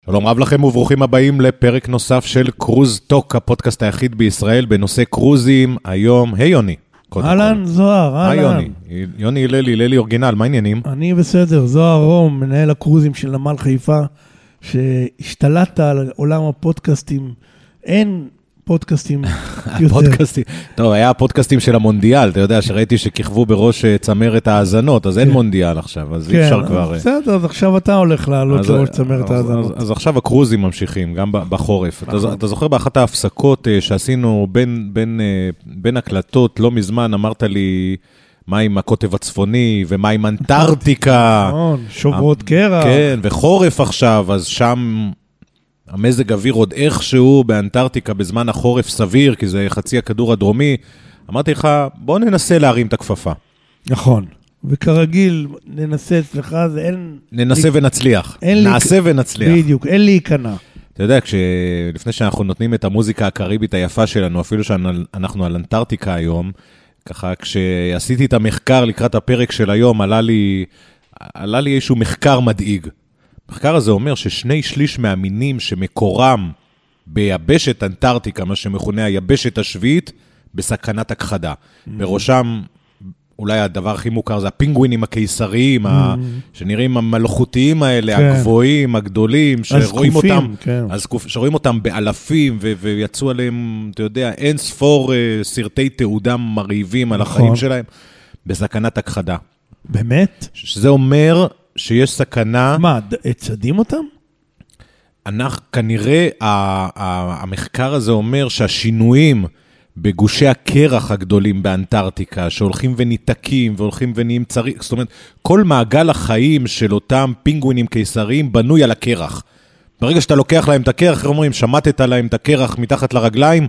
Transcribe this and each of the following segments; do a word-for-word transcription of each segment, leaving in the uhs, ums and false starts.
שלום רב לכם וברוכים הבאים לפרק נוסף של קרוז טוק, הפודקאסט היחיד בישראל בנושא קרוזים. היום, היי יוני. אהלן זוהר, אהלן. היי יוני, יוני הללי, הללי אורגינל, מה העניינים? אני בסדר, זוהר רום, מנהל הקרוזים של נמל חיפה, שהשתלטת על עולם הפודקאסטים. אין פודקאסטים יותר. הפודקאסטים, טוב, היה הפודקאסטים של המונדיאל, אתה יודע שראיתי שכיכבו בראש צמרת האזנות, אז אין מונדיאל עכשיו, אז אי אפשר כבר... בסדר, אז עכשיו אתה הולך לעלות לראש צמרת האזנות. אז עכשיו הקרוזים ממשיכים, גם בחורף. אתה זוכר באחת ההפסקות שעשינו בין הקלטות, לא מזמן אמרת לי... מה עם הקוטב הצפוני, ומה עם אנטארקטיקה. נכון, שוברות קרח. כן, וחורף עכשיו, אז שם המזג אוויר עוד איכשהו באנטארקטיקה בזמן החורף סביר, כי זה חצי הכדור הדרומי. אמרתי לך, בוא ננסה להרים את הכפפה. נכון, וכרגיל ננסה אצלך, זה אין... ננסה ונצליח, נעשה ונצליח. בדיוק, אין להיכנע. אתה יודע, לפני שאנחנו נותנים את המוזיקה הקריבית היפה שלנו, אפילו שאנחנו על אנטארקטיקה היום, ככה, כשעשיתי את המחקר לקראת הפרק של היום, עלה לי, עלה לי איזשהו מחקר מדאיג. המחקר הזה אומר ששני שליש מהמינים שמקורם ביבשת אנטארקטיקה, מה שמכונה היבשת השביעית, בסכנת הכחדה. Mm-hmm. בראשם, אולי הדבר הכי מוכר זה הפינגווינים הקיסריים, mm-hmm. שנראים המלכותיים האלה, כן. הגבוהים, הגדולים, שרואים אותם, כן. אז שרואים אותם באלפים, ו- ויצאו עליהם, אתה יודע, אין ספור uh, סרטי תעודה מרהיבים על החיים שלהם, בסכנת הכחדה. באמת? שזה אומר שיש סכנה... מה, הצדים אותם? אנחנו, כנראה, ה- ה- המחקר הזה אומר שהשינויים... בגושי הקרח הגדולים באנטארקטיקה, שהולכים וניתקים, והולכים ונהיים צריך, זאת אומרת, כל מעגל החיים של אותם פינגווינים קיסריים בנוי על הקרח. ברגע שאתה לוקח להם את הקרח, אומרים, שמטת להם את הקרח מתחת לרגליים,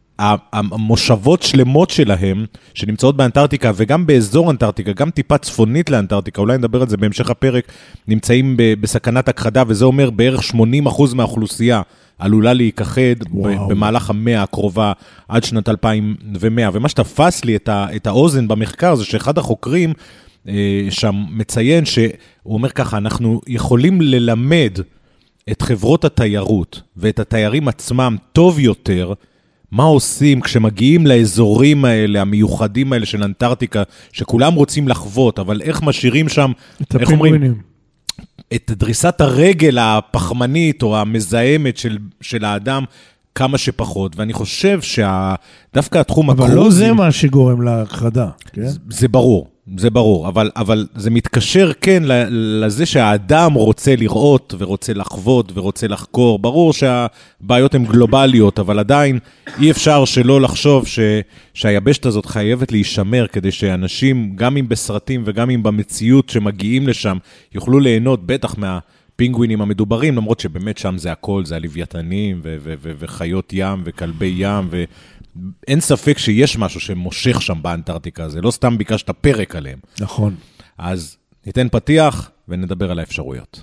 המושבות שלמות שלהם, שנמצאות באנטארקטיקה, וגם באזור אנטארקטיקה, גם טיפה צפונית לאנטארקטיקה, אולי נדבר על זה בהמשך הפרק, נמצאים בסכנת הכחדה, וזה אומר בערך שמונים אחוז מהאוכלוסייה, עלולה להיכחד במהלך המאה הקרובה עד שנת אלפיים ומאה. ומה שתפס לי את, ה, את האוזן במחקר זה שאחד החוקרים אה, שם מציין שהוא אומר ככה, אנחנו יכולים ללמד את חברות התיירות ואת התיירים עצמם טוב יותר, מה עושים כשמגיעים לאזורים האלה, המיוחדים האלה של אנטארקטיקה, שכולם רוצים לחוות, אבל איך משאירים שם, איך אומרים? את דריסת הרגל הפחמנית או המזהמת של, של האדם כמה שפחות, ואני חושב שדווקא התחום הקרוזי... אבל לא זה מה שגורם להכחדה, כן? זה, זה ברור, זה ברור, אבל, אבל זה מתקשר כן לזה שהאדם רוצה לראות ורוצה לחוות ורוצה לחקור, ברור שהבעיות הן גלובליות, אבל עדיין אי אפשר שלא לחשוב ש, שהיבשת הזאת חייבת להישמר, כדי שאנשים, גם אם בסרטים וגם אם במציאות שמגיעים לשם, יוכלו ליהנות בטח מה... פינגווינים המדוברים, למרות שבאמת שם זה הכל, זה הלוויתנים ו- ו- ו- וחיות ים וכלבי ים, ואין ספק שיש משהו שמושך שם באנטארקטיקה, זה לא סתם ביקשת פרק עליהם. נכון. אז ניתן פתיח ונדבר על האפשרויות.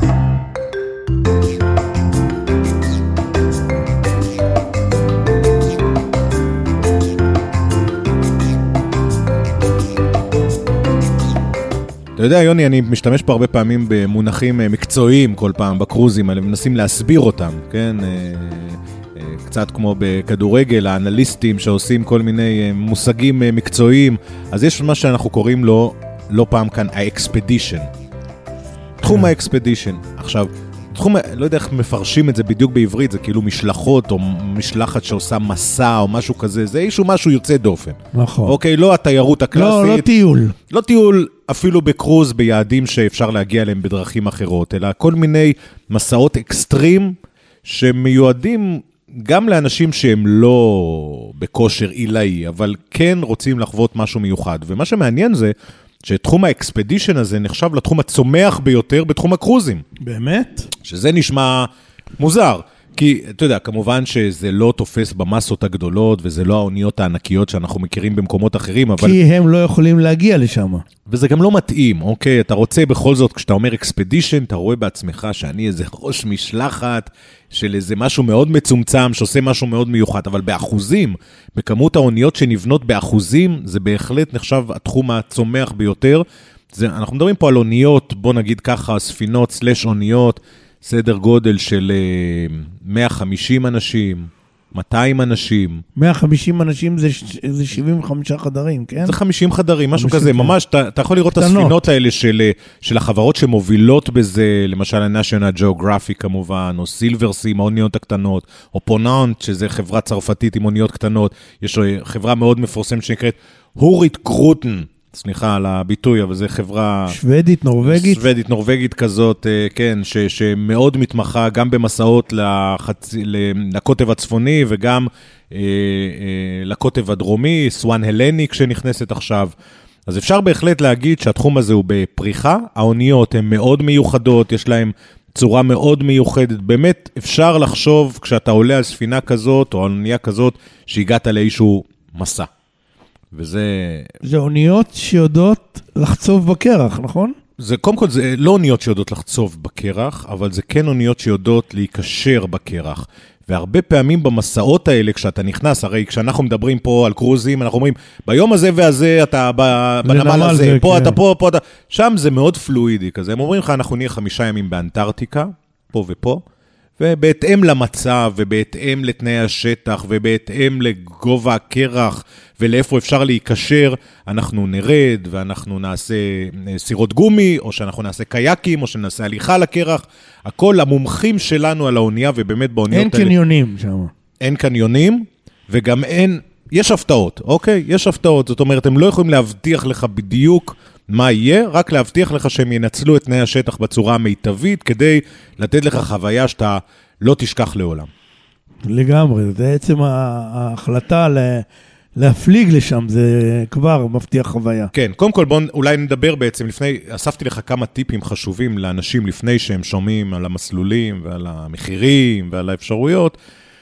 אתה יודע, יוני, אני משתמש פה הרבה פעמים במונחים מקצועיים כל פעם בקרוזים האלה, מנסים להסביר אותם, כן? קצת כמו בכדורגל, האנליסטים שעושים כל מיני מושגים מקצועיים, אז יש מה שאנחנו קוראים לו, לא פעם כאן, האקספדישן. תחום האקספדישן. עכשיו, תחום, לא יודע איך מפרשים את זה בדיוק בעברית, זה כאילו משלחות או משלחת שעושה מסע או משהו כזה, זה איזשהו משהו יוצא דופן. נכון. אוקיי, לא התיירות הקלאסית. לא, לא טיול. לא טיול אפילו בקרוז ביעדים שאפשר להגיע אליהם בדרכים אחרות, אלא כל מיני מסעות אקסטרים שמיועדים גם לאנשים שהם לא בכושר עילאי, אבל כן רוצים לחוות משהו מיוחד. ומה שמעניין זה שתחום האקספדישן הזה נחשב לתחום הצומח ביותר בתחום הקרוזים. באמת? שזה נשמע מוזר. כי, אתה יודע, כמובן שזה לא תופס במסות הגדולות, וזה לא האוניות הענקיות שאנחנו מכירים במקומות אחרים, אבל... כי הם לא יכולים להגיע לשם. וזה גם לא מתאים, אוקיי? אתה רוצה בכל זאת, כשאתה אומר אקספדישן, אתה רואה בעצמך שאני איזה ראש משלחת, של איזה משהו מאוד מצומצם, שעושה משהו מאוד מיוחד, אבל באחוזים, בכמות האוניות שנבנות באחוזים, זה בהחלט נחשב התחום הצומח ביותר. זה, אנחנו מדברים פה על אוניות, בוא נגיד ככה, ספינות סלש אוניות, סדר גודל של מאה וחמישים אנשים, מאתיים אנשים. מאה וחמישים אנשים זה, זה שבעים וחמישה חדרים, כן? זה חמישים חדרים, משהו כזה. כן. ממש, אתה, אתה יכול לראות קטנות. את הספינות האלה של, של החברות שמובילות בזה, למשל ה-National Geographic כמובן, או סילברסי עם האוניות הקטנות, או פונאנט, שזה חברה צרפתית עם אוניות קטנות. יש חברה מאוד מפורסמת שנקראת הורית קרוטן. סליחה על הביטוי, אבל זו חברה... שוודית, נורווגית? שוודית, נורווגית כזאת, כן, ש, שמאוד מתמחה גם במסעות לחצ... לקוטב הצפוני, וגם אה, אה, לקוטב הדרומי, סואן הלניק שנכנסת עכשיו. אז אפשר בהחלט להגיד שהתחום הזה הוא בפריחה, האוניות הן מאוד מיוחדות, יש להן צורה מאוד מיוחדת, באמת אפשר לחשוב כשאתה עולה על ספינה כזאת, או על אונייה כזאת, שהגעת לאיזשהו מסע. וזה... זה אוניות שיודעות לחצוב בקרח, נכון? זה, קודם כל, זה לא אוניות שיודעות לחצוב בקרח, אבל זה כן אוניות שיודעות להיקשר בקרח. והרבה פעמים במסעות האלה, כשאתה נכנס, הרי כשאנחנו מדברים פה על קרוזים, אנחנו אומרים, ביום הזה והזה אתה בנמל הזה, זה, פה כן. אתה פה, פה אתה... שם זה מאוד פלואידי כזה. הם אומרים לך, אנחנו נהיה חמישה ימים באנטארקטיקה, פה ופה, ובהתאם למצב, ובהתאם לתנאי השטח, ובהתאם לגובה הקרח, ולאיפה אפשר להיקשר, אנחנו נרד, ואנחנו נעשה סירות גומי, או שאנחנו נעשה קייקים, או שנעשה הליכה לקרח. הכל המומחים שלנו על האונייה, ובאמת באוניות האלה... אין קניונים שם. אין קניונים, וגם אין... יש הפתעות, אוקיי? יש הפתעות. זאת אומרת, הם לא יכולים להבטיח לך בדיוק מה יהיה, רק להבטיח לך שהם ינצלו את תנאי השטח בצורה המיטבית, כדי לתת לך חוויה שאתה לא תשכח לעולם. לגמרי, זה בעצם ההחלטה להפליג לשם, זה כבר מבטיח חוויה. כן, קודם כל בואו אולי נדבר בעצם לפני, אספתי לך כמה טיפים חשובים לאנשים לפני שהם שומעים על המסלולים ועל המחירים ועל האפשרויות.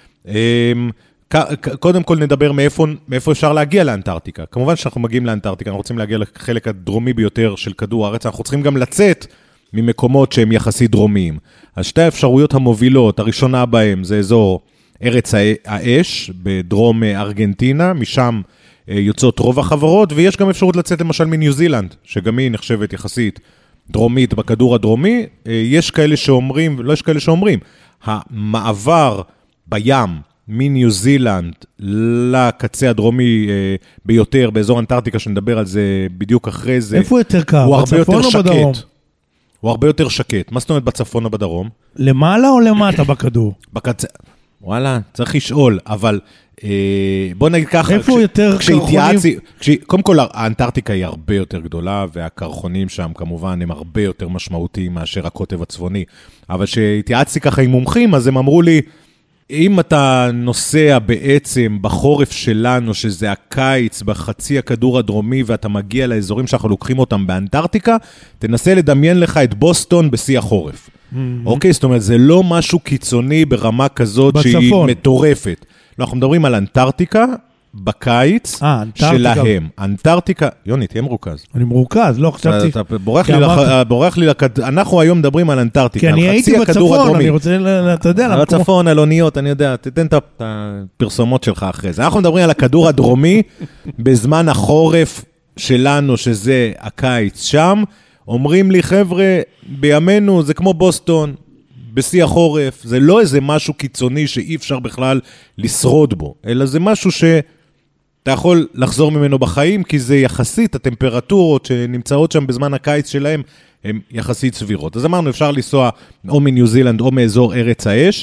קודם כל נדבר מאיפה, מאיפה אפשר להגיע לאנטארקטיקה. כמובן שאנחנו מגיעים לאנטארקטיקה, אנחנו רוצים להגיע לחלק הדרומי ביותר של כדור הארץ, אנחנו צריכים גם לצאת ממקומות שהם יחסית דרומיים. אז שתי האפשרויות המובילות, הראשונה בהם זה אזור ארץ האש, בדרום ארגנטינה, משם יוצאות רוב החברות, ויש גם אפשרות לצאת למשל מניו זילנד, שגם היא נחשבת יחסית דרומית בכדור הדרומי. יש כאלה שאומרים, לא יש כאלה שאומרים, המעבר בים, מניו זילנד לקצה הדרומי אה, ביותר, באזור אנטארקטיקה, שנדבר על זה בדיוק אחרי זה. איפה יותר קר? הוא הרבה יותר שקט. בדרום? הוא הרבה יותר שקט. מה זאת אומרת בצפון או בדרום? למעלה או למטה בכדור? בקצה... וואלה, צריך לשאול, אבל אה, בוא נגיד ככה... איפה כש... יותר קרחונים? כש... קודם כל, האנטארקטיקה היא הרבה יותר גדולה, והקרחונים שם כמובן הם הרבה יותר משמעותיים מאשר הקוטב הצפוני. אבל כשהתייעצתי ככה עם מומחים, אז הם אמרו לי, אם אתה נוסע בעצם בחורף שלנו, שזה הקיץ, בחצי הכדור הדרומי, ואתה מגיע לאזורים שאנחנו לוקחים אותם באנטארקטיקה, תנסה לדמיין לך את בוסטון בשיא החורף. Mm-hmm. אוקיי? זאת אומרת, זה לא משהו קיצוני ברמה כזאת בצפון. שהיא מטורפת. לא, אנחנו מדברים על אנטארקטיקה, בקיץ 아, שלהם. אנטארקטיקה, יוני, תהיה מרוכז. אני מרוכז, לא חשבתי... אתה בורח לי, לח... בורח לי לכד... אנחנו היום מדברים על אנטארקטיקה, כי אני הייתי בצפון, אני רוצה, אתה יודע... על הצפון, על אוניות, אני יודע, תתן את הפרסומות שלך אחרי זה. אנחנו מדברים על הכדור הדרומי, בזמן החורף שלנו, שזה הקיץ שם, אומרים לי, חבר'ה, בימינו זה כמו בוסטון, בשיא החורף, זה לא איזה משהו קיצוני שאי אפשר בכלל לשרוד בו, אלא זה משהו שאתה יכול לחזור ממנו בחיים, כי זה יחסית, הטמפרטורות שנמצאות שם בזמן הקיץ שלהם, הן יחסית סבירות. אז אמרנו, אפשר לנסוע או מניו זילנד או מאזור ארץ האש.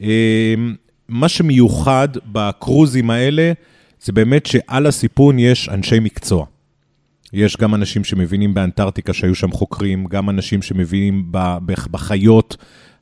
מה שמיוחד בקרוזים האלה, זה באמת שעל הסיפון יש אנשי מקצוע. יש גם אנשים שמבינים באנטארקטיקה שהיו שם חוקרים, גם אנשים שמבינים בחיות,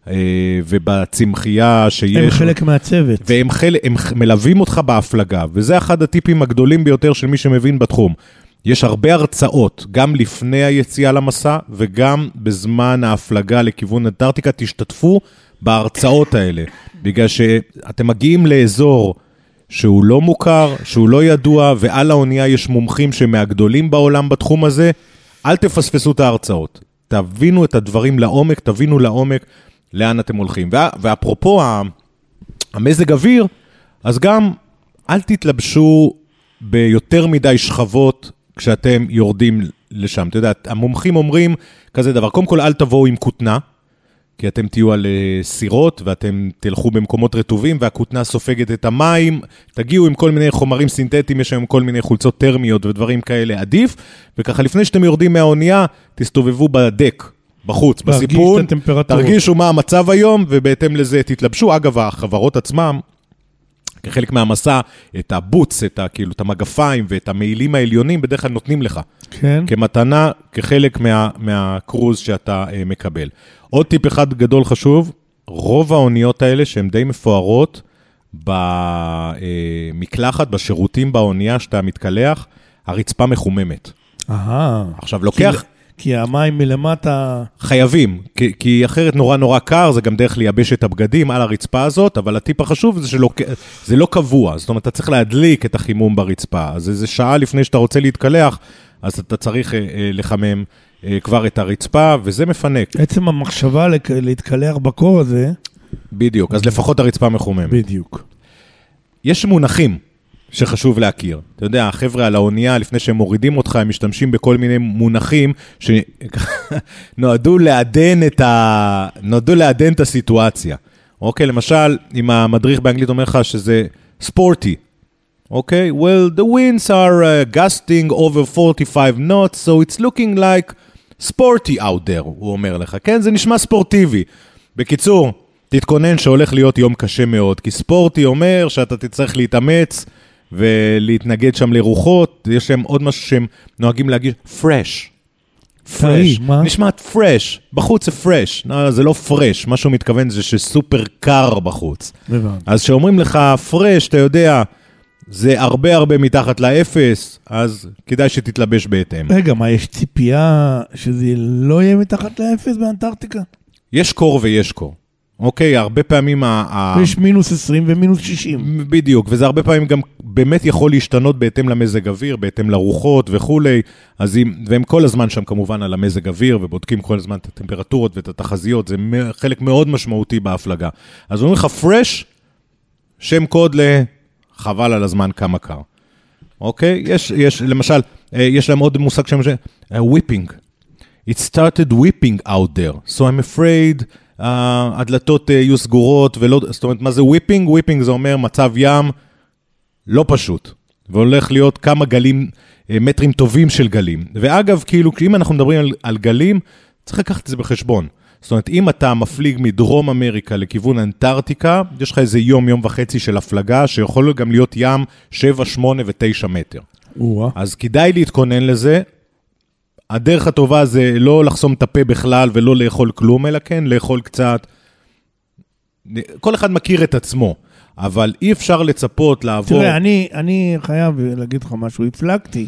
ובצמחייה שיש... הם חלק מהצוות. והם חלק, הם מלווים אותך בהפלגה, וזה אחד הטיפים הגדולים ביותר של מי שמבין בתחום. יש הרבה הרצאות, גם לפני היציאה למסע, וגם בזמן ההפלגה לכיוון אנטארקטיקה, תשתתפו בהרצאות האלה, בגלל שאתם מגיעים לאזור שהוא לא מוכר, שהוא לא ידוע, ועל האונייה יש מומחים שמהגדולים בעולם בתחום הזה, אל תפספסו את ההרצאות. תבינו את הדברים לעומק, תבינו לעומק, לאן אתם הולכים. ואפרופו המזג אוויר, אז גם אל תתלבשו ביותר מדי שכבות כשאתם יורדים לשם. אתה יודע, המומחים אומרים כזה דבר, קודם כל אל תבואו עם כותנה, כי אתם תהיו על סירות, ואתם תלכו במקומות רטובים, והכותנה סופגת את המים, תגיעו עם כל מיני חומרים סינתטיים, יש היום כל מיני חולצות טרמיות ודברים כאלה, עדיף, וככה לפני שאתם יורדים מהאונייה, תסתובבו בדק, בחוץ, בסיפון, תרגישו מה המצב היום, ובהתאם לזה תתלבשו. אגב, החברות עצמם, כחלק מהמסע, את הבוץ, את, ה, כאילו, את המגפיים ואת המעילים העליונים, בדרך כלל נותנים לך. כן. כמתנה, כחלק מה, מהקרוז שאתה אה, מקבל. עוד טיפ אחד גדול חשוב, רוב האוניות האלה, שהן די מפוארות, במקלחת, בשירותים באונייה שאתה מתקלח, הרצפה מחוממת. אהה. עכשיו, לוקח... כי... כי המים מלמטה... חייבים, כי, כי אחרת נורא נורא קר, זה גם דרך לייבש את הבגדים על הרצפה הזאת, אבל הטיפ החשוב זה שלא, זה לא קבוע, זאת אומרת, אתה צריך להדליק את החימום ברצפה, אז איזה שעה לפני שאתה רוצה להתקלח, אז אתה צריך אה, אה, לחמם אה, כבר את הרצפה, וזה מפנק. עצם המחשבה להתקלח בקור הזה... בדיוק, אז לפחות הרצפה מחומם. בדיוק. יש מונחים שחשוב להכיר. אתה יודע, החבר'ה על האונייה, לפני שהם מורידים אותך, הם משתמשים בכל מיני מונחים שנועדו לעדן את ה... נועדו לעדן את הסיטואציה. אוקיי, למשל, אם המדריך באנגלית אומר לך שזה ספורטי, אוקיי? Well, the winds are uh, gusting over forty-five knots, so it's looking like sporty out there, הוא אומר לך. כן, זה נשמע ספורטיבי. בקיצור, תתכונן שהולך להיות יום קשה מאוד, כי ספורטי אומר שאתה תצטרך להתאמץ, ולהתנגד שם לרוחות, יש להם עוד משהו שהם נוהגים להגיד, fresh. fresh. נשמעת fresh. בחוץ זה fresh. זה לא fresh. מה שהוא מתכוון זה שסופר קר בחוץ. אז שאומרים לך fresh, אתה יודע, זה הרבה הרבה מתחת לאפס, אז כדאי שתתלבש בהתאם. רגע, מה, יש ציפייה שזה לא יהיה מתחת לאפס באנטארקטיקה? יש קור ויש קור. אוקיי, הרבה פעמים... יש מינוס עשרים ומינוס שישים. בדיוק, וזה הרבה פעמים גם באמת יכול להשתנות בהתאם למזג אוויר, בהתאם לרוחות וכולי, אז אם, והם כל הזמן שם כמובן על המזג אוויר, ובודקים כל הזמן את הטמפרטורות ואת התחזיות, זה חלק מאוד משמעותי בהפלגה. אז אומרים לך, פרש, שם קוד לחבל על הזמן כמה קר. אוקיי? יש, יש, למשל, יש להם עוד מושג שם, whipping. It started whipping out there, so I'm afraid... הדלתות יהיו סגורות, ולא, זאת אומרת, מה זה וויפינג? וויפינג זה אומר מצב ים לא פשוט, והולך להיות כמה גלים, מטרים טובים של גלים. ואגב, כאילו, אם אנחנו מדברים על, על גלים, צריך לקחת את זה בחשבון. זאת אומרת, אם אתה מפליג מדרום אמריקה לכיוון אנטארקטיקה, יש לך איזה יום, יום וחצי של הפלגה, שיכול גם להיות ים שבע, שמונה ותשע מטר. ווא. אז כדאי להתכונן לזה, הדרך הטובה זה לא לחסום את הפה בכלל ולא לאכול כלום, אלא כן, לאכול קצת. כל אחד מכיר את עצמו, אבל אי אפשר לצפות לעבור... תראה, אני, אני חייב להגיד לך משהו. הפלגתי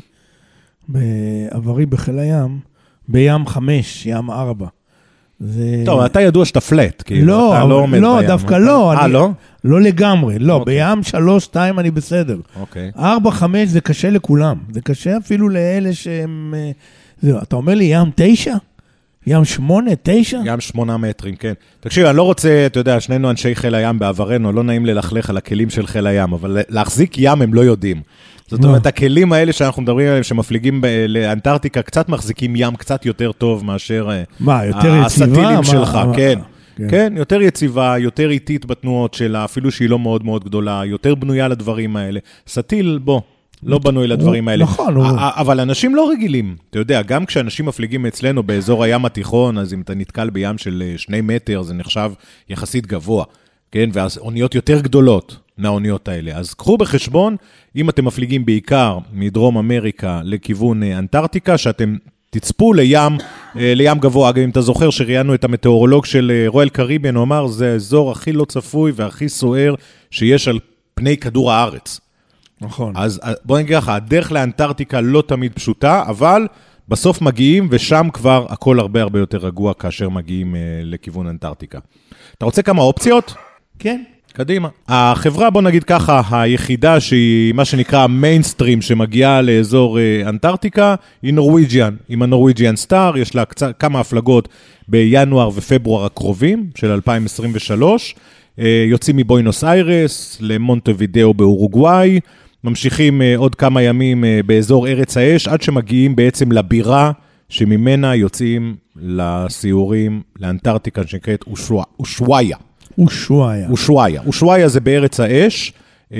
בעברי בחיל הים, בים חמש, ים ארבע. זה... טוב, אתה ידוע שאתה פלט, כאילו, לא, אתה לא עומד לא, בים. דווקא לא. אה, אני... לא? לא לגמרי, לא. אוקיי. בים שלוש, שתיים אני בסדר. אוקיי. ארבע, חמש זה קשה לכולם. זה קשה אפילו לאלה שהם... זה, אתה אומר לי ים תשע? ים שמונה, תשע? ים שמונה מטרים, כן. תקשיב, אני לא רוצה, אתה יודע, שנינו אנשי חיל הים בעברנו, לא נעים ללכלך על הכלים של חיל הים, אבל להחזיק ים הם לא יודעים. זאת אומרת, הכלים האלה שאנחנו מדברים עליהם, שמפליגים לאנטארקטיקה, קצת מחזיקים ים קצת יותר טוב מאשר מה, יותר יציבה? הסטילים שלך, כן. כן. כן, יותר יציבה, יותר איטית בתנועות שלה, אפילו שהיא לא מאוד מאוד גדולה, יותר בנויה לדברים האלה. סטיל, בוא. לא בנוי לדברים האלה. נכון. אבל אנשים לא רגילים. אתה יודע, גם כשאנשים מפליגים אצלנו באזור הים התיכון, אז אם אתה נתקל בים של שני מטר, זה נחשב יחסית גבוה. כן? והאוניות יותר גדולות מהאוניות האלה. אז קחו בחשבון, אם אתם מפליגים בעיקר מדרום אמריקה לכיוון אנטארקטיקה, שאתם תצפו לים, לים גבוה. אגב, אם אתה זוכר שראיינו את המטאורולוג של רויאל קריביאן, הוא אמר, זה האזור הכי לא צפוי והכי סוער שיש על פני כדור הארץ. נכון. אז בוא נגיד לך, הדרך לאנטארקטיקה לא תמיד פשוטה, אבל בסוף מגיעים, ושם כבר הכל הרבה הרבה יותר רגוע, כאשר מגיעים uh, לכיוון אנטארקטיקה. אתה רוצה כמה אופציות? כן. קדימה. החברה, בוא נגיד ככה, היחידה שהיא מה שנקרא המיינסטרים, שמגיעה לאזור uh, אנטארקטיקה, היא נורוויג'יאן. עם הנורוויג'יאן סטאר, יש לה קצת, כמה הפלגות בינואר ופברואר הקרובים, של אלפיים עשרים ושלוש, uh, יוצאים מבוינוס איירס, למונטווידאו באורוגוואי, ממשיכים uh, עוד כמה ימים uh, באזור ארץ האש, עד שמגיעים בעצם לבירה שממנה יוצאים לסיורים לאנטארקטיקה שנקראת אושוויה. אושוויה. אושוויה. אושוויה זה בארץ האש,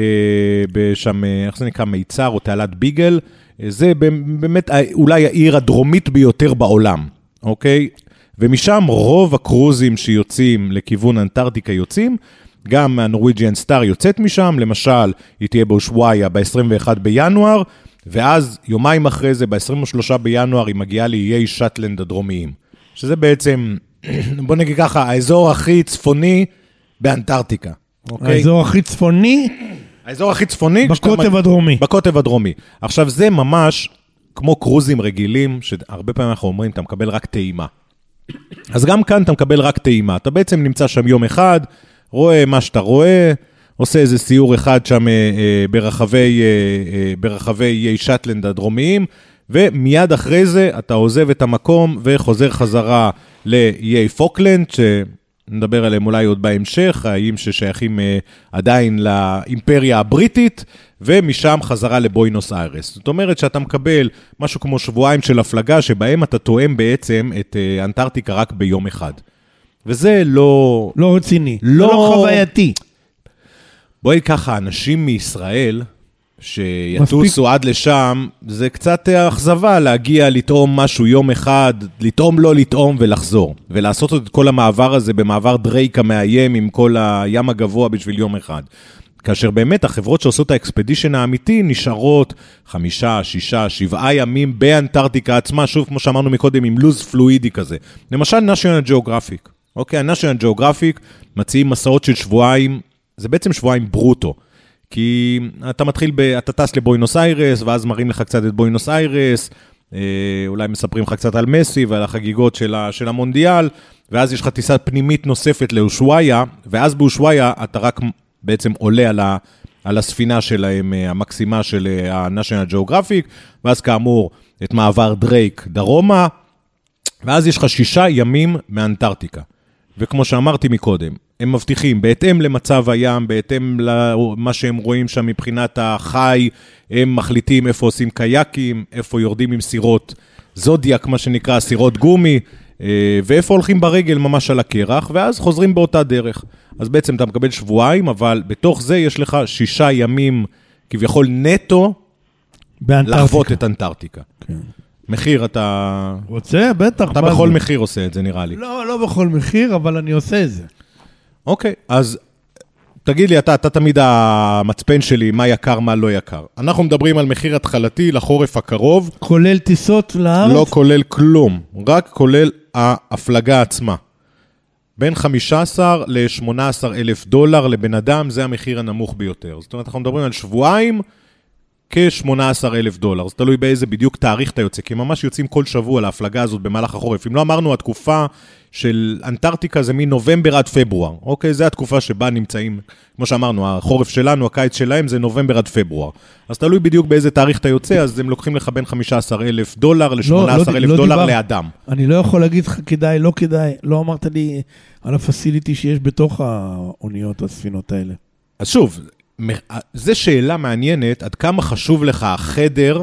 בשם, איך זה נקרא, מיצר או תעלת ביגל, זה באמת אולי העיר הדרומית ביותר בעולם, אוקיי? ומשם רוב הקרוזים שיוצאים לכיוון אנטארקטיקה יוצאים, גם הנורוויג'יאן סטאר יוצאת משם, למשל, היא תהיה באושוויה ב-עשרים ואחד בינואר, ואז יומיים אחרי זה, ב-עשרים ושלושה בינואר, היא מגיעה לאיי שטלנד הדרומיים, שזה בעצם, בוא נגיד ככה, האזור הכי צפוני באנטארקטיקה. אוקיי? האזור הכי צפוני? האזור הכי צפוני? בקוטב הדרומי. בקוטב הדרומי. עכשיו, זה ממש כמו קרוזים רגילים, שהרבה פעמים אנחנו אומרים, אתה מקבל רק טעימה. אז גם כאן אתה מקבל רק טעימה. אתה בעצם נמצא שם יום אחד, רואה מה שאתה רואה, עושה איזה סיור אחד שם אה, ברחבי, אה, ברחבי איי שטלנד הדרומיים, ומיד אחרי זה אתה עוזב את המקום וחוזר חזרה לאיי פוקלנד, שנדבר עליהם אולי עוד בהמשך, האיים ששייכים אה, עדיין לאימפריה הבריטית, ומשם חזרה לבוינוס איירס. זאת אומרת שאתה מקבל משהו כמו שבועיים של הפלגה, שבהם אתה תואם בעצם את אה, אנטארקטיקה רק ביום אחד. וזה לא... לא רציני, לא, לא חווייתי. בואי ככה, אנשים מישראל שיטוסו עד לשם, זה קצת אכזבה להגיע לטעום משהו יום אחד, לטעום לא לטעום ולחזור, ולעשות את כל המעבר הזה במעבר דרייק המאיים עם כל הים הגבוה בשביל יום אחד. כאשר באמת החברות שעושות האקספדישן האמיתי נשארות חמישה, שישה, שבעה ימים באנטארקטיקה עצמה, שוב כמו שאמרנו מקודם עם לוז פלואידי כזה. למשל National Geographic. אוקיי, ה-National Geographic מציעים מסעות של שבועיים, זה בעצם שבועיים ברוטו, כי אתה מתחיל, ב, אתה טס לבוינוס איירס, ואז מראים לך קצת את בוינוס איירס, אה, אולי מספרים לך קצת על מסי ועל החגיגות של, ה, של המונדיאל, ואז יש לך טיסה פנימית נוספת לאושוויה, ואז באושוויה אתה רק בעצם עולה על, ה, על הספינה שלהם, המקסימה של ה-National Geographic, ואז כאמור את מעבר דרייק דרומה, ואז יש לך שישה ימים מאנטארקטיקה. וכמו שאמרתי מקודם, הם מבטיחים, בהתאם למצב הים, בהתאם למה שהם רואים שם מבחינת החי, הם מחליטים איפה עושים קייקים, איפה יורדים עם סירות זודיאק, מה שנקרא סירות גומי, ואיפה הולכים ברגל ממש על הקרח, ואז חוזרים באותה דרך. אז בעצם אתה מקבל שבועיים, אבל בתוך זה יש לך שישה ימים כביכול נטו לחוות את אנטארקטיקה. כן. מחיר אתה... רוצה? בטח. אתה בכל מחיר עושה את זה, נראה לי. לא, לא בכל מחיר, אבל אני עושה את זה. אוקיי, אז תגיד לי, אתה, אתה תמיד המצפן שלי, מה יקר, מה לא יקר. אנחנו מדברים על מחיר התחלתי לחורף הקרוב. כולל טיסות לארץ? לא כולל כלום, רק כולל ההפלגה עצמה. בין חמישה עשר ל-שמונה עשר אלף דולר לבן אדם, זה המחיר הנמוך ביותר. זאת אומרת, אנחנו מדברים על שבועיים, כ-שמונה עשר אלף דולר. זה תלוי באיזה בדיוק תאריך אתה יוצא, כי ממש יוצאים כל שבוע להפלגה הזאת במהלך החורף. אם לא אמרנו, התקופה של אנטארקטיקה זה מנובמבר עד פברואר. אוקיי, זה התקופה שבה נמצאים, כמו שאמרנו, החורף שלנו, הקיץ שלהם זה נובמבר עד פברואר. אז תלוי בדיוק באיזה תאריך אתה יוצא, אז הם לוקחים לך בין חמישה עשר אלף דולר ל-שמונה עשר אלף דולר לאדם. אני לא יכול להגיד לך כדאי, לא כדאי, לא אמרת לי על הפסיליטי שיש בתוך האוניות, הספינות האלה. אז שוב, זו שאלה מעניינת, עד כמה חשוב לך החדר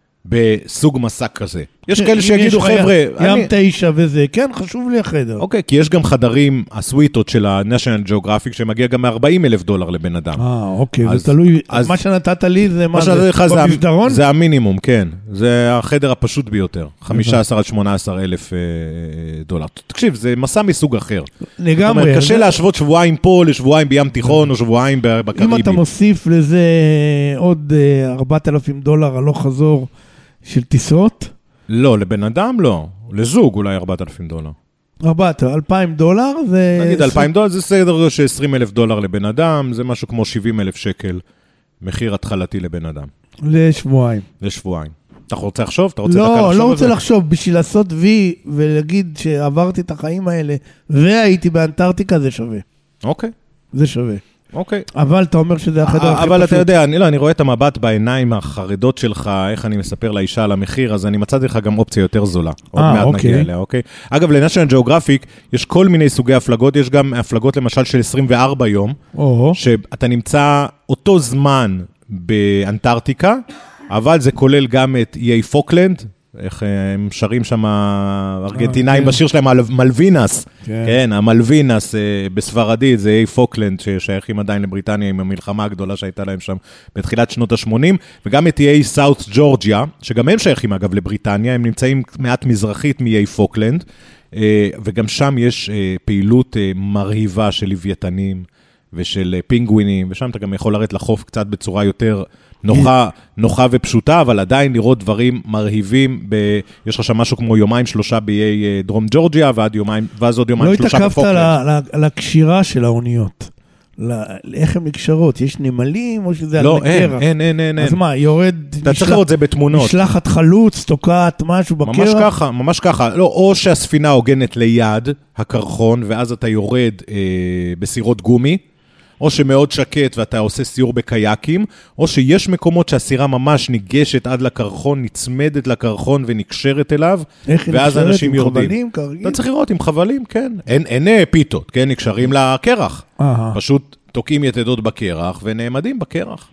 בסוג מסע כזה. יש כאלה שיגידו, חבר'ה... ים תשע וזה, כן, חשוב לי החדר. אוקיי, כי יש גם חדרים, הסוויטות של ה-National Geographic, שמגיע גם מ-ארבעים אלף דולר לבן אדם. אה, אוקיי, זה תלוי, מה שנתת לי זה מה זה? במסדרון? זה המינימום, כן. זה החדר הפשוט ביותר, חמישה עשר עד שמונה עשר אלף דולר. תקשיב, זה מסע מסוג אחר. לגמרי. קשה להשוות שבועיים פה לשבועיים בים תיכון, או שבועיים בקריבים. אם אתה מוסיף לזה עוד ארבעת אלפים דולר הלוך חזור של טיסות? לא, לבן אדם לא. לזוג אולי ארבעת אלפים דולר. ארבעת, אלפיים דולר זה... נגיד אלפיים דולר, זה סדר של עשרים אלף דולר לבן אדם, זה משהו כמו שבעים אלף שקל מחיר התחלתי לבן אדם. לשבועיים. לשבועיים. אתה רוצה לחשוב? אתה רוצה לא, דקה לחשוב? לא, לא רוצה לחשוב. בשביל לעשות וי ולהגיד שעברתי את החיים האלה והייתי באנטארקטיקה, זה שווה. אוקיי. זה שווה. אוקיי. אבל אתה אומר שזה החדר הכי פשוט. אבל אתה יודע, אני, לא, אני רואה את המבט בעיניים החרדות שלך, איך אני מספר לאישה על המחיר, אז אני מצאתי לך גם אופציה יותר זולה. עוד מעט אוקיי. נגיע אליה, אוקיי? אגב, ל-National Geographic יש כל מיני סוגי הפלגות, יש גם הפלגות למשל של עשרים וארבעה יום, או. שאתה נמצא אותו זמן באנטארקטיקה, אבל זה כולל גם את איי פוקלנד, איך הם שרים שם, ארגנטינאים בשיר שלהם, מלווינס, כן, המלווינס בספרדית, זה איי פוקלנד, ששייכים עדיין לבריטניה עם המלחמה הגדולה שהייתה להם שם בתחילת שנות ה-שמונים, וגם את איי סאות' ג'ורג'יה, שגם הם שייכים אגב לבריטניה, הם נמצאים מעט מזרחית מאיי פוקלנד, וגם שם יש פעילות מרהיבה של לוויתנים ושל פינגווינים, ושם אתה גם יכול לרדת לחוף קצת בצורה יותר נוחה, נוחה ופשוטה, אבל עדיין לראות דברים מרהיבים, ב... יש לך שם משהו כמו יומיים שלושה באיי דרום ג'ורג'יה, ועד יומיים, ואז עוד יומיים שלושה בפוקלנד. לא התעכבת על הקשירה של האוניות. איך הן נקשרות? יש נמלים או שזה לא, על הקרח? לא, אין, אין, אין. אז מה, יורד... אתה צריך לראות זה בתמונות. משלחת חלוץ, תוקעת, משהו בקרח? ממש ככה, ממש ככה. לא, או שהספינה הוגנת ליד הקרחון, ואז אתה יורד אה, בסירות גומי, או שמאוד שקט ואתה עושה סיור בקייקים, או שיש מקומות שהסירה ממש ניגשת עד לקרחון, נצמדת לקרחון ונקשרת אליו, ואז אנשים יורדים. איך היא נקשרת? עם חבלים? כרגיל? אתה צריך לראות עם חבלים, כן. אין, אין פיתות, כן, נקשרים לקרח. פשוט תוקעים יתדות בקרח ונעמדים בקרח.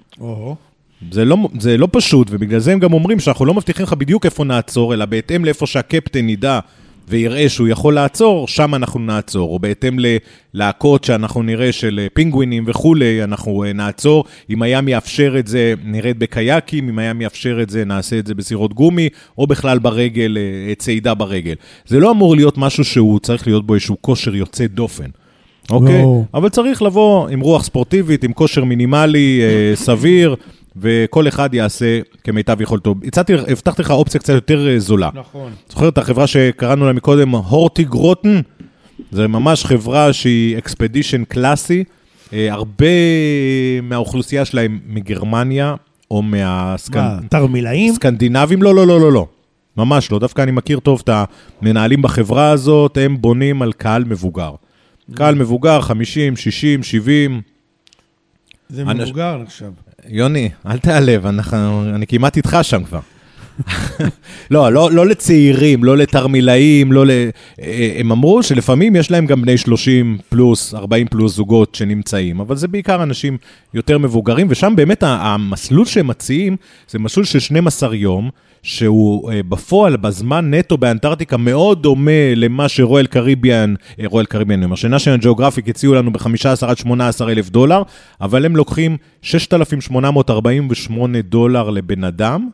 זה לא, זה לא פשוט, ובגלל זה הם גם אומרים שאנחנו לא מבטיחים לך בדיוק איפה נעצור, אלא בהתאם לאיפה שהקפטן ידע ויראה שהוא יכול לעצור, שם אנחנו נעצור, או בהתאם ללהקות שאנחנו נראה של פינגווינים וכולי, אנחנו נעצור, אם הים יאפשר את זה, נרד בקייקים, אם הים יאפשר את זה, נעשה את זה בסירות גומי, או בכלל ברגל, צעידה ברגל. זה לא אמור להיות משהו שהוא צריך להיות בו איזשהו כושר יוצא דופן, אוקיי? אבל צריך לבוא עם רוח ספורטיבית, עם כושר מינימלי, סביר, וכל אחד יעשה כמיטב יכולתו. הצעתי, הבטחתי לך אופציה קצת יותר זולה. נכון. זוכר את החברה שקראנו לה מקודם, הורטיג רוטן? זה ממש חברה שהיא אקספדישן קלאסי, הרבה מהאוכלוסייה שלהם מגרמניה, או תרמילאים? סקנדינבים, לא, לא, לא, לא, לא. ממש לא. דווקא אני מכיר טוב את המנהלים בחברה הזאת, הם בונים על קהל מבוגר. קהל מבוגר, חמישים, שישים, שבעים. זה מבוגר עכשיו. יוני, אל תעלב, אנחנו, אני כמעט איתך שם כבר. לא, לא, לא לצעירים, לא לתרמילאים, לא ל... הם אמרו שלפעמים יש להם גם בני שלושים פלוס, ארבעים פלוס זוגות שנמצאים, אבל זה בעיקר אנשים יותר מבוגרים, ושם באמת המסלול שהם מציעים, זה מסלול של שנים עשר יום, שהוא בפועל, בזמן נטו באנטארקטיקה, מאוד דומה למה שרויאל קריביאן, רויאל קריביאן, אומר, שנשיונל ג'אוגרפיק הציעו לנו ב-חמישה עשר עד שמונה עשר אלף דולר, אבל הם לוקחים שישת אלפים שמונה מאות ארבעים ושמונה דולר לבן אדם,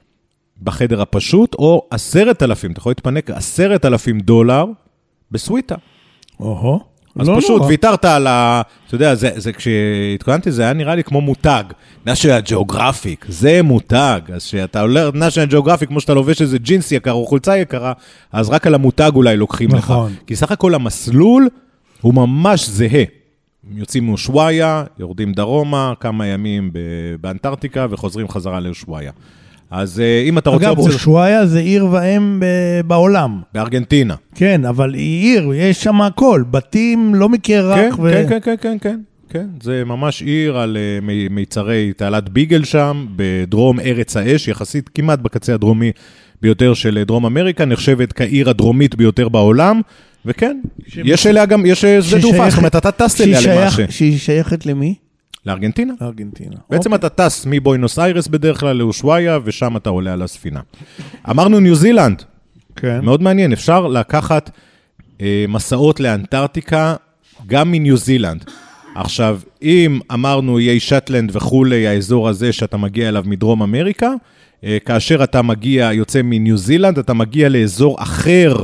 בחדר הפשוט, או עשרת אלפים, אתה יכול להתפנק, עשרת אלפים דולר בסוויטה. אוהו. אז לא פשוט, ויתרת על ה... אתה יודע, זה, זה, כשהתכוננתי, זה היה נראה לי כמו מותג. נשיונל ג'אוגרפיק, זה מותג. אז שאתה עולה נשיונל ג'אוגרפיק, כמו שאתה לובש איזה ג'ינס יקר או חולצה יקרה, אז רק על המותג אולי לוקחים נכון. לך. כי סך הכל המסלול הוא ממש זהה. יוצאים מאושוויה, יורדים דרומה, כמה ימים באנטארקטיקה, וחוזרים חזרה לאושוויה. אז אם אתה רוצה... אגב, אושוויה זה עיר ואם בעולם. בארגנטינה. כן, אבל היא עיר, יש שם הכל, בתים לא מקרח. כן, ו... כן, כן, כן, כן, כן, כן. זה ממש עיר על מיצרי תעלת ביגל שם, בדרום ארץ האש, יחסית כמעט בקצה הדרומי ביותר של דרום אמריקה, נחשבת כעיר הדרומית ביותר בעולם, וכן, יש אליה גם, יש שדה תעופה, זאת אומרת, אתה טס אליה למעשה. שהיא שייכת למי? לארגנטינה. לארגנטינה. בעצם אתה טס מבוינוס איירס בדרך כלל לאושוויה, ושם אתה עולה על הספינה. אמרנו ניו זילנד. כן. מאוד מעניין, אפשר לקחת אה, מסעות לאנטארקטיקה גם מניו זילנד. עכשיו, אם אמרנו איי שטלנד וכולי, האזור הזה שאתה מגיע אליו מדרום אמריקה, אה, כאשר אתה מגיע, יוצא מניו זילנד, אתה מגיע לאזור אחר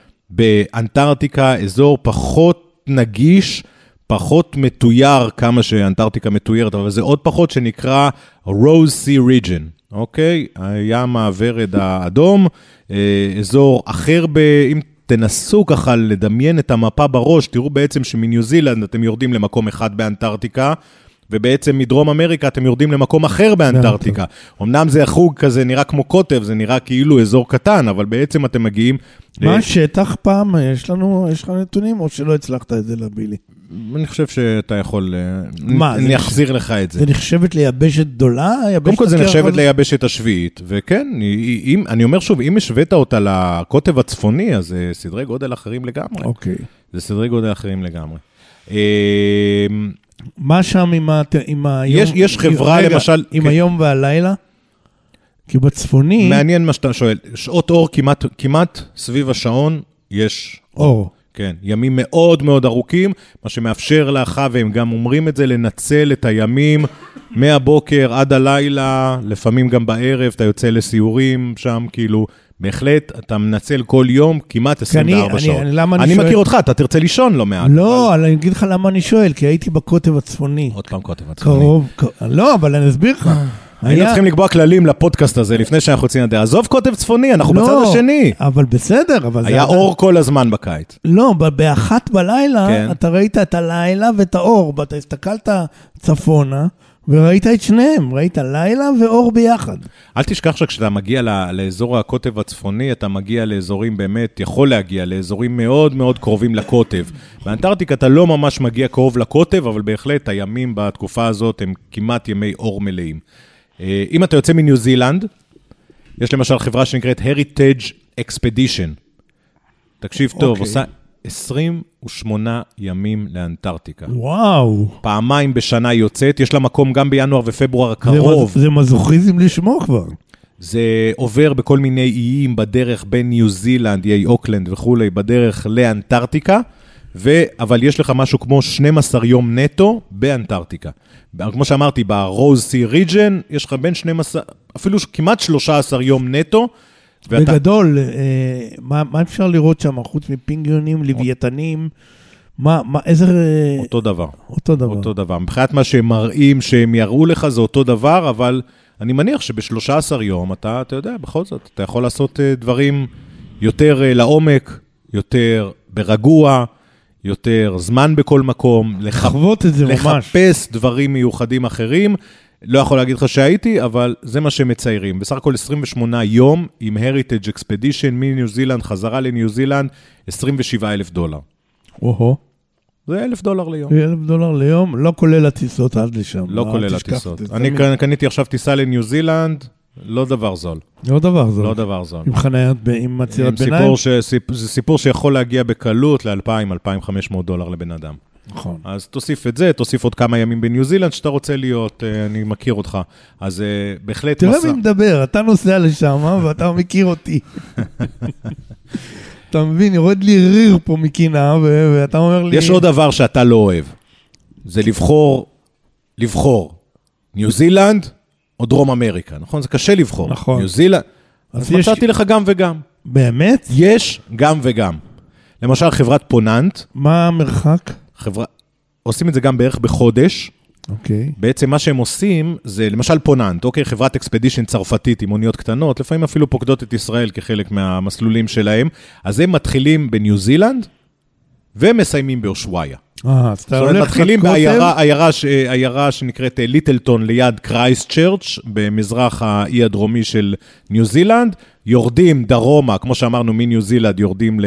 באנטארקטיקה, אזור פחות נגיש, פחות מתויר, כמה שאנטארקטיקה מתוירת, אבל זה עוד פחות שנקרא Rose Sea Region, אוקיי? הים הוורד האדום, אזור אחר, ב... אם תנסו ככה לדמיין את המפה בראש, תראו בעצם שמניו זילנד אתם יורדים למקום אחד באנטארקטיקה, ובעצם מדרום אמריקה אתם יורדים למקום אחר באנטארקטיקה. אמנם זה החוג כזה נראה כמו כותב, זה נראה כאילו אזור קטן, אבל בעצם אתם מגיעים... מה השטח פעם? יש לנו, יש לך נתונים, או שלא הצלחת את זה לבילי? אני חושב שאתה יכול... מה? אני אחזיר לך את זה. זה נחשבת ליבשת גדולה? קודם כל זה נחשבת ליבשת השביעית, וכן, אני אומר שוב, אם השווית אותה לקוטב הצפוני, אז זה סדרי גודל אחרים לגמרי. אוקיי. זה סדרי גודל אחרים לגמרי. מה שם עם, ה... עם היום... יש, יש חברה רגע, למשל... עם כן. היום והלילה? כי בצפוני... מעניין מה שאתה שואל. שעות אור כמעט, כמעט סביב השעון יש אור. כן, ימים מאוד מאוד ארוכים, מה שמאפשר לך, והם גם אומרים את זה, לנצל את הימים מהבוקר עד הלילה, לפעמים גם בערב, אתה יוצא לסיורים שם, כאילו, בהחלט, אתה מנצל כל יום כמעט עשרים וארבע אני, שעות. אני, למה אני אני מכיר שואל... אותך, אתה תרצה לישון לא מעט. לא, אבל... אני אגיד לך למה אני שואל, כי הייתי בקוטב הצפוני. עוד פעם קוטב הצפוני. קרוב, קרוב, לא, אבל אני אסביר לך. היינו צריכים לקבוע כללים לפודקאסט הזה, לפני שאנחנו יוצאים לדעה. עזוב קוטב צפוני, אנחנו לא, בצד השני. אבל בסדר, אבל היה זה... אור כל הזמן בקיץ. לא, באחת בלילה, כן. אתה ראית את הלילה ואת האור, ואתה הסתכלת צפונה, וראית את שניהם, ראית לילה ואור ביחד. אל תשכח שכשאתה מגיע לאזור הקוטב הצפוני, אתה מגיע לאזורים באמת, יכול להגיע לאזורים מאוד מאוד קרובים לקוטב. באנטארקטיקה אתה לא ממש מגיע קרוב לקוטב, אבל בהחלט הימים בתקופה הזאת הם כמעט ימי אור מלאים. אם אתה יוצא מניו זילנד, יש למשל חברה שנקראת Heritage Expedition. תקשיב טוב, okay. עושה עשרים ושמונה ימים לאנטארקטיקה. וואו. פעמיים בשנה יוצאת, יש לה מקום גם בינואר ופברואר הקרוב. זה, זה מזוכיזם לשמו כבר. זה עובר בכל מיני איים בדרך בין ניו זילנד, איי אוקלנד וכו', בדרך לאנטארקטיקה, ו... אבל יש לך משהו כמו שנים עשר יום נטו באנטארקטיקה. כמו שאמרתי, ברוז סי ריג'ן, יש לך בין שנים עשר, אפילו כמעט שלושה עשר יום נטו. ואתה... בגדול, אה, מה, מה אפשר לראות שם, חוץ מפינגיונים, לוויתנים, מה, מה, איזה... אותו דבר. אותו דבר. אותו דבר. מבחינת מה שהם מראים, שהם יראו לך, זה אותו דבר, אבל אני מניח שב-שלושה עשר יום, אתה, אתה יודע, בכל זאת, אתה יכול לעשות דברים יותר לעומק, יותר ברגוע, יותר זמן בכל מקום, לחוות את זה ממש. לחפש דברים מיוחדים אחרים. לא יכול להגיד לך שהייתי, אבל זה מה שמציירים. בסך הכל עשרים ושמונה יום עם Heritage Expedition מניו זילנד, חזרה לניו זילנד, עשרים ושבעה אלף דולר. או-הו. זה אלף דולר ליום. אלף דולר ליום, לא כולל הטיסות עד לשם. לא כולל הטיסות. אני קניתי עכשיו טיסה לניו זילנד, לא דבר זול. לא דבר זול. לא דבר זול. עם חניות, עם מצירת ביניים. זה סיפור שיכול להגיע בקלות ל-אלפיים, אלפיים וחמש מאות דולר לבן אדם. נכון. אז תוסיף את זה, תוסיף עוד כמה ימים בניו זילנד שאתה רוצה להיות, אני מכיר אותך. אז בהחלט מסע. תראה מי מדבר, אתה נוסע לשם ואתה מכיר אותי. אתה מבין, יורד לי ריר פה מקינה, ואתה אומר לי... יש עוד דבר שאתה לא אוהב. זה לבחור, לבחור. ניו זילנד או דרום אמריקה, נכון? זה קשה לבחור. נכון. ניו זילנד, אז מצאתי לך גם וגם. באמת? יש גם וגם. למשל, חברת פוננט. מה המרחק? חברה, עושים את זה גם בערך בחודש. אוקיי. בעצם מה שהם עושים זה, למשל פוננט, אוקיי, חברת אקספדישן צרפתית עם אוניות קטנות, לפעמים אפילו פוקדות את ישראל כחלק מהמסלולים שלהם, אז הם מתחילים בניו זילנד, ומסיימים באושוויה. אה, אז אתה הולך לקוטב? מתחילים בעיירה שנקראת ליטלטון ליד קרייסט צ'רץ', במזרח האי הדרומי של ניו זילנד, יורדים דרומה, כמו שאמרנו מניו זילנד, יורדים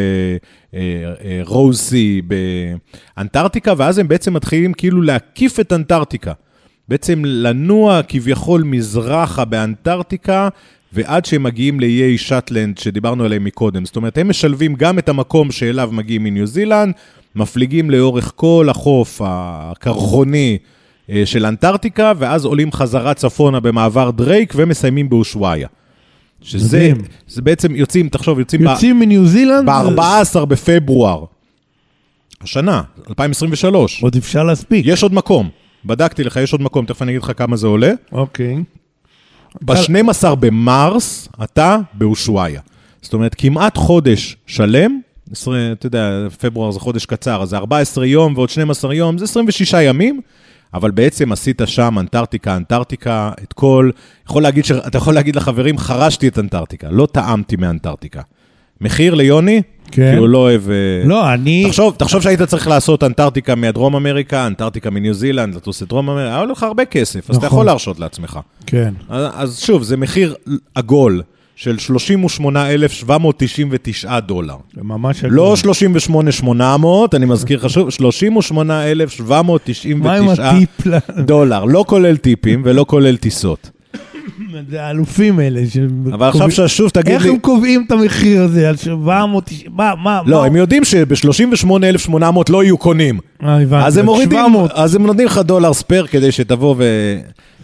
לרוז סי באנטארקטיקה, ואז הם בעצם מתחילים כאילו להקיף את אנטארקטיקה. בעצם לנוע כביכול מזרחה באנטארקטיקה, ועד שהם מגיעים לאיי שטלנד שדיברנו עליהם מקודם. זאת אומרת, הם משלבים גם את המקום שאליו מגיעים מניו זילנד, מפליגים לאורך כל החוף הקרחוני של אנטארקטיקה, ואז עולים חזרה צפונה במעבר דרייק, ומסיימים באושוויה. שזה זה בעצם יוצאים, תחשוב, יוצאים, יוצאים ב- מניו זילנד? ב-ארבעה עשר בפברואר. השנה, אלפיים עשרים ושלוש. עוד אפשר להספיק. יש עוד מקום. בדקתי לך, יש עוד מקום, תכף אני אגיד לך כמה זה עולה. אוקיי. ב-שנים עשר במרס, אתה באושוויה. זאת אומרת, כמעט חודש שלם, אתה יודע, פברואר זה חודש קצר, אז זה ארבעה עשר יום ועוד שנים עשר יום, זה עשרים ושישה ימים, אבל בעצם עשית שם אנטארקטיקה, אנטארקטיקה, את כל, יכול להגיד, אתה יכול להגיד לחברים, חרשתי את אנטארקטיקה, לא טעמתי מאנטארקטיקה. מחיר ליוני? כן. כי הוא לא אוהב... לא, אני... תחשוב, תחשוב שהיית צריך לעשות אנטארקטיקה מהדרום אמריקה, אנטארקטיקה מניו זילנד, לטוס את דרום אמריקה, היה לך הרבה כסף, אז נכון. אתה יכול להרשות לעצמך. כן. אז, אז שוב, זה מחיר עגול של שלושים ושמונה אלף שבע מאות תשעים ותשעה דולר. ממש עגול. לא שלושים ושמונה אלף שמונה מאות, אני מזכיר חשוב, שלושים ושמונה אלף שבע מאות תשעים ותשעה דולר. לא כולל טיפים ולא כולל טיסות. זה האלופים האלה. אבל עכשיו ששוב תגיד לי... איך הם קובעים את המחיר הזה על שבע מאות תשעים? מה, מה? לא, הם יודעים שב-שלושים ושמונה אלף שמונה מאות לא יהיו קונים. אז הם מורידים, אז הם נותנים לך דולר ספר כדי שתבוא ו...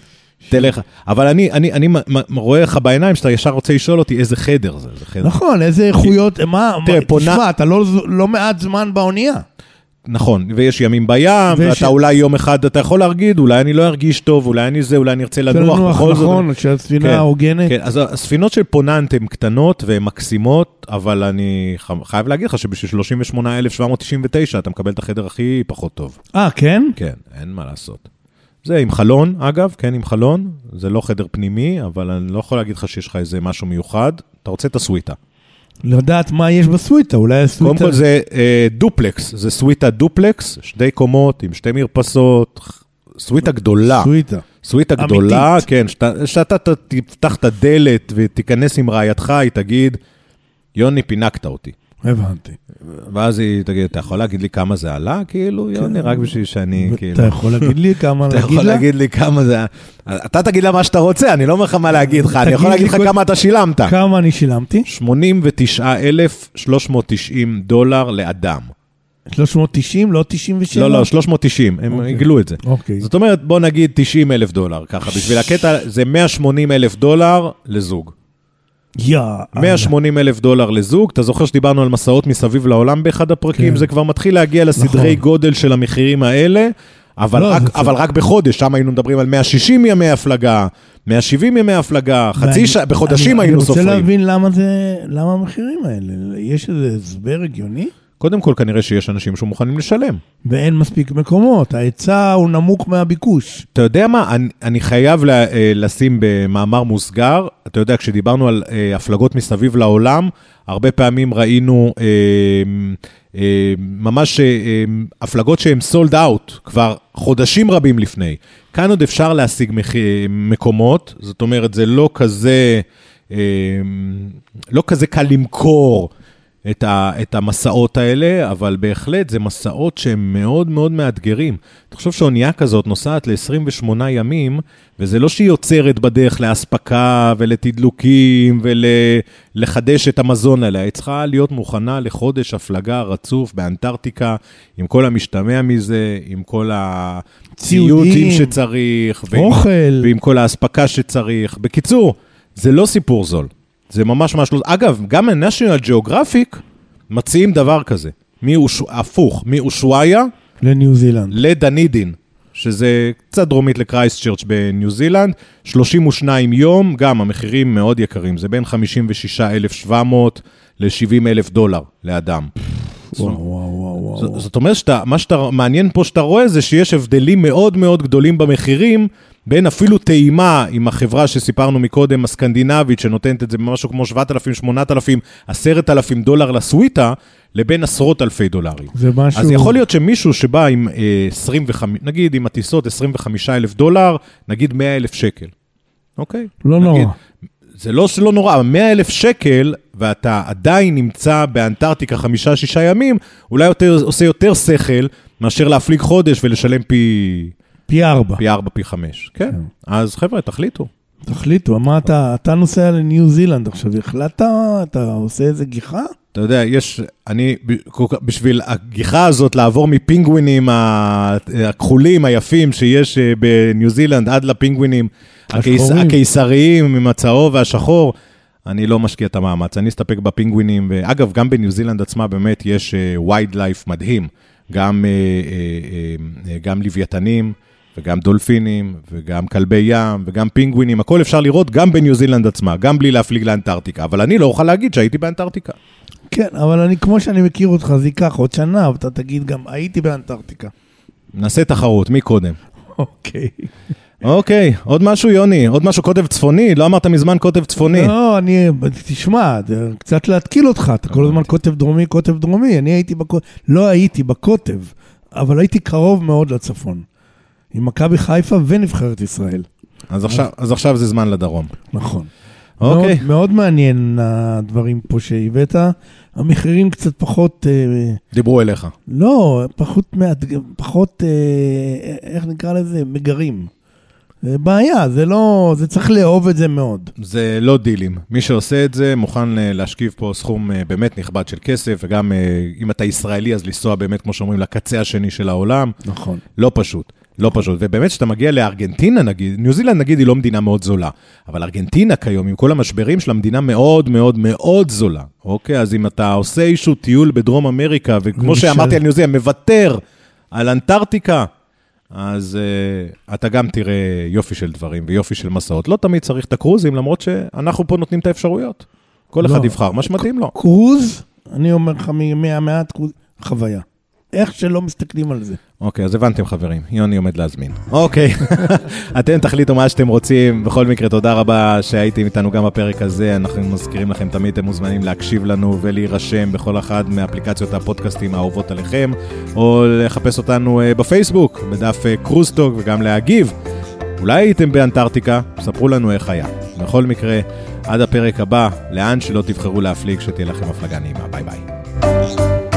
תלך. אבל אני, אני, אני רואה לך בעיניים שאתה ישר רוצה לשאול אותי איזה חדר זה. חדר. נכון, איזה איכויות, מה, תראה, פונה... תשמע, אתה לא, לא מעט זמן באונייה. נכון, ויש ימים בים, ויש... ואתה אולי יום אחד, אתה יכול להרגיד, אולי אני לא ארגיש טוב, אולי אני זה, אולי אני ארצה לנוח, לנוח בכל נכון, זאת. כשהספינה כן, הוגנת. כן, אז הספינות של פוננט הן קטנות והן מקסימות, אבל אני חייב להגיד לך שבשביל שלושים ושמונה אלף שבע מאות תשעים ותשע אתה מקבל את החדר הכי פחות טוב. אה, כן? כן, אין מה לעשות. זה עם חלון, אגב, כן, עם חלון, זה לא חדר פנימי, אבל אני לא יכול להגיד לך שיש לך איזה משהו מיוחד, אתה רוצה את הסוויטה. לדעת מה יש בסוויטה, אולי הסוויטה... קודם כל זה אה, דופלקס, זה סוויטה דופלקס, שתי קומות עם שתי מרפסות, סוויטה גדולה. סוויטה. סוויטה גדולה, אמיתית. כן, שאתה, שאתה תפתח את הדלת ותיכנס עם רעייתך, היא תגיד, יוני, פינקת אותי. הבנתי. ואז היא תגיד, אתה יכול להגיד לי כמה זה עלה? כאילו, יוני, רק בשביל שאני, כאילו... אתה יכול להגיד לי כמה להגיד לה? אתה יכול להגיד לי כמה זה... אתה תגיד לה מה שאתה רוצה, אני לא אומר לך מה להגיד לך, אני יכול להגיד לך כמה אתה שילמת. כמה אני שילמתי? שמונים ותשעה אלף שלוש מאות תשעים דולר לאדם. שלוש מאות תשעים, לא תשעים ושבע? לא, לא, שלוש מאות תשעים, הם הגלו את זה. אוקיי. זאת אומרת, בוא נגיד תשעים אלף דולר, ככה, בשביל הקטע זה מאה ושמונים אלף דולר לזוג. מאה ושמונים אלף דולר לזוג, אתה זוכר שדיברנו על מסעות מסביב לעולם באחד הפרקים, זה כבר מתחיל להגיע לסדרי גודל של המחירים האלה, אבל רק בחודש, שם היינו מדברים על מאה ושישים ימי הפלגה, מאה ושבעים ימי הפלגה, חצי שעה, בחודשים היינו סופרים. אני רוצה להבין למה זה, למה המחירים האלה, יש איזה הסבר הגיוני? קודם כל, כנראה שיש אנשים שמוכנים לשלם. ואין מספיק מקומות, ההיצע הוא נמוך מהביקוש. אתה יודע מה? אני, אני חייב לה, לשים במאמר מוסגר, אתה יודע, כשדיברנו על אה, הפלגות מסביב לעולם, הרבה פעמים ראינו אה, אה, ממש אה, הפלגות שהן sold out, כבר חודשים רבים לפני. כאן עוד אפשר להשיג מח... מקומות, זאת אומרת, זה לא כזה, אה, לא כזה קל למכור, את, ה, את המסעות האלה, אבל בהחלט זה מסעות שהם מאוד מאוד מאתגרים. אתה חושב שאונייה כזאת נוסעת ל-עשרים ושמונה ימים, וזה לא שהיא יוצרת בדרך להספקה ולתדלוקים ולחדש את המזון עליה, היא צריכה להיות מוכנה לחודש הפלגה רצוף באנטארקטיקה, עם כל המשתמע מזה, עם כל הציודים שצריך, אוכל. ועם, ועם כל ההספקה שצריך. בקיצור, זה לא סיפור זול. זה ממש ממש לא... אגב, גם ה-National Geographic מציעים דבר כזה. הפוך, מאושוויה... לניו זילנד. לדנידין, שזה קצת דרומית לקרייסט צ'רץ' בניו זילנד, שלושים ושניים יום, גם המחירים מאוד יקרים. זה בין חמישים ושישה אלף שבע מאות ל-שבעים אלף דולר לאדם. וואו, וואו, וואו. זאת אומרת, מה שאתה מעניין פה שאתה רואה זה שיש הבדלים מאוד מאוד גדולים במחירים, בין אפילו טעימה עם החברה שסיפרנו מקודם, הסקנדינבית, שנותנת את זה במשהו כמו שבעת אלפים, שמונת אלפים, עשרת אלפים דולר לסוויטה, לבין עשרות אלפי דולרים. זה משהו... אז יכול להיות שמישהו שבא עם עשרים וחמש, נגיד עם הטיסות עשרים וחמישה אלף דולר, נגיד מאה אלף שקל. אוקיי? לא נגיד, נורא. זה לא שלא נורא, מאה אלף שקל, ואתה עדיין נמצא באנטארקטיקה חמישה, שישה ימים, אולי יותר, עושה יותר שכל, מאשר להפליג חודש ולשלם פי... פי ארבע. פי ארבע, פי חמש. כן. אז חבר'ה, תחליטו. תחליטו, מה אתה, אתה נוסע לניו זילנד עכשיו, החלטת, אתה עושה איזה גיחה? אתה יודע, יש, אני, בשביל הגיחה הזאת לעבור מפינגווינים הכחולים, היפים שיש בניו זילנד, עד לפינגווינים הקיסריים עם הצהוב והשחור, אני לא משקיע את המאמץ, אני אסתפק בפינגווינים, ואגב, גם בניו זילנד עצמה באמת יש ווייד לייף מדהים, גם, גם לוויתנים, וגם דולפינים, וגם כלבי ים, וגם פינגווינים, הכל אפשר לראות גם בניו זילנד עצמה, גם בלי להפליג לאנטארקטיקה, אבל אני לא אוכל להגיד שהייתי באנטארקטיקה. כן, אבל אני, כמו שאני מכיר אותך, זה ייקח עוד שנה, ואתה תגיד גם, הייתי באנטארקטיקה. נעשה תחרות, מי קודם? אוקיי. אוקיי, עוד משהו יוני, עוד משהו קוטב צפוני, לא אמרת מזמן קוטב צפוני. לא, אני, תשמע, קצת להתקיל אותך, אתה כל הזמן קוטב דרומי, קוטב דרומי, אני הייתי בקוטב, לא הייתי בקוטב, אבל הייתי קרוב מאוד לצפון. עם מכבי חיפה ונבחרת ישראל. אז עכשיו, אז עכשיו זה זמן לדרום. נכון. אוקיי. מאוד, מאוד מעניין הדברים פה שהבאת. המחירים קצת פחות... דיברו אליך. לא, פחות, פחות, איך נקרא לזה? מגרים. זה בעיה, זה לא, זה צריך לאהוב את זה מאוד. זה לא דילים. מי שעושה את זה מוכן להשכיב פה סכום באמת נכבד של כסף, וגם אם אתה ישראלי אז לנסוע באמת, כמו שאומרים, לקצה השני של העולם. נכון. לא פשוט. לא פשוט. ובאמת שאתה מגיע לארגנטינה, נגיד, ניו זילנד נגיד היא לא מדינה מאוד זולה, אבל ארגנטינה כיום, עם כל המשברים של המדינה מאוד מאוד מאוד זולה. אוקיי, אז אם אתה עושה איזשהו טיול בדרום אמריקה, וכמו שאמרתי על ניו זילנד, מוותר על אנטארקטיקה, אז uh, אתה גם תראה יופי של דברים ויופי של מסעות. לא תמיד צריך את הקרוזים, למרות שאנחנו פה נותנים את האפשרויות. כל אחד יבחר, מה שמתאים לו. קרוז, אני אומר לך מהמעט קרוז, חוויה. איך שלא מסתכלים על זה. אוקיי, אז הבנתם חברים, יוני עומד להזמין. אוקיי, אתם תחליטו מה שאתם רוצים. בכל מקרה, תודה רבה שהייתם איתנו גם בפרק הזה. אנחנו מזכירים לכם, תמיד אתם מוזמנים להקשיב לנו ולהירשם בכל אחד מאפליקציות הפודקאסטים האהובות עליכם, או לחפש אותנו בפייסבוק, בדף קרוזטוק, וגם להגיב. אולי הייתם באנטארקטיקה, ספרו לנו איך היה. בכל מקרה, עד הפרק הבא, לאן שלא תבחרו להפליג, שתהיה לכם הפלגה נעימה. ביי ביי.